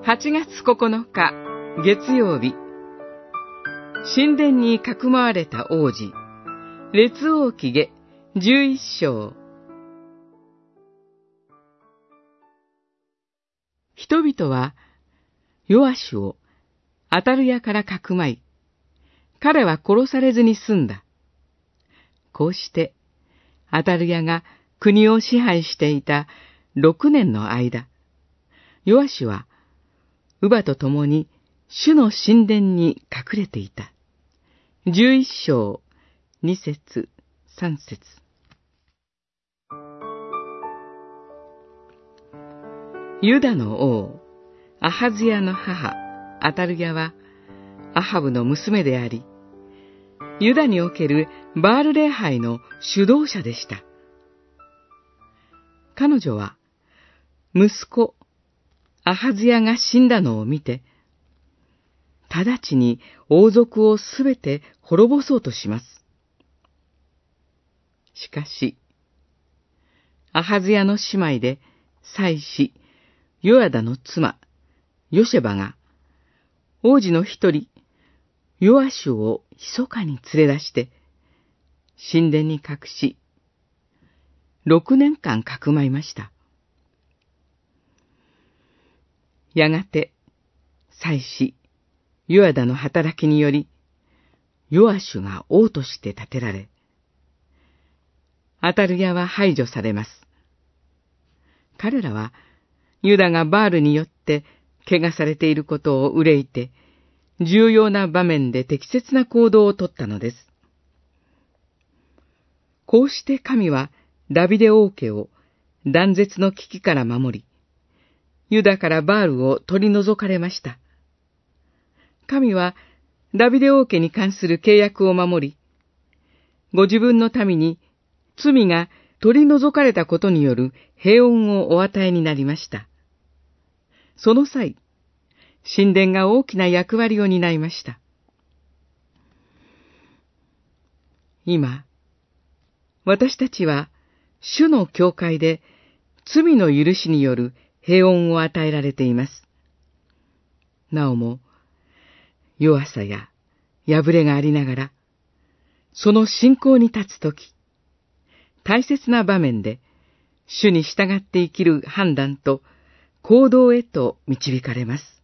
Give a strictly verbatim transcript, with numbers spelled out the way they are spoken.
はちがつここのか、月曜日。神殿にかくまわれた王子、列王記下じゅういっ章。人々は、ヨアシュをアタルヤからかくまい、彼は殺されずに済んだ。こうして、アタルヤが国を支配していた六年の間、ヨアシュは、乳母と共に主の神殿に隠れていた。じゅういっ章、に節、さん節。ユダの王、アハズヤの母、アタルヤは、アハブの娘であり、ユダにおけるバール礼拝の主導者でした。彼女は、息子、アハズヤが死んだのを見て、直ちに王族をすべて滅ぼそうとします。しかし、アハズヤの姉妹で妻子、ヨヤダの妻、ヨシェバが、王子の一人、ヨアシュを密かに連れ出して、神殿に隠し、六年間かくまいました。やがて、妻子、ヨヤダの働きにより、ヨアシュが王として立てられ、アタルヤは排除されます。彼らは、ユダがバールによって怪我されていることを憂いて、重要な場面で適切な行動をとったのです。こうして神はダビデ王家を断絶の危機から守り、ユダからバールを取り除かれました。神はダビデ王家に関する契約を守り、ご自分の民に罪が取り除かれたことによる平穏をお与えになりました。その際、神殿が大きな役割を担いました。今、私たちは主の教会で罪の許しによる平穏を与えられています。なおも、弱さや破れがありながら、その信仰に立つとき、大切な場面で、主に従って生きる判断と行動へと導かれます。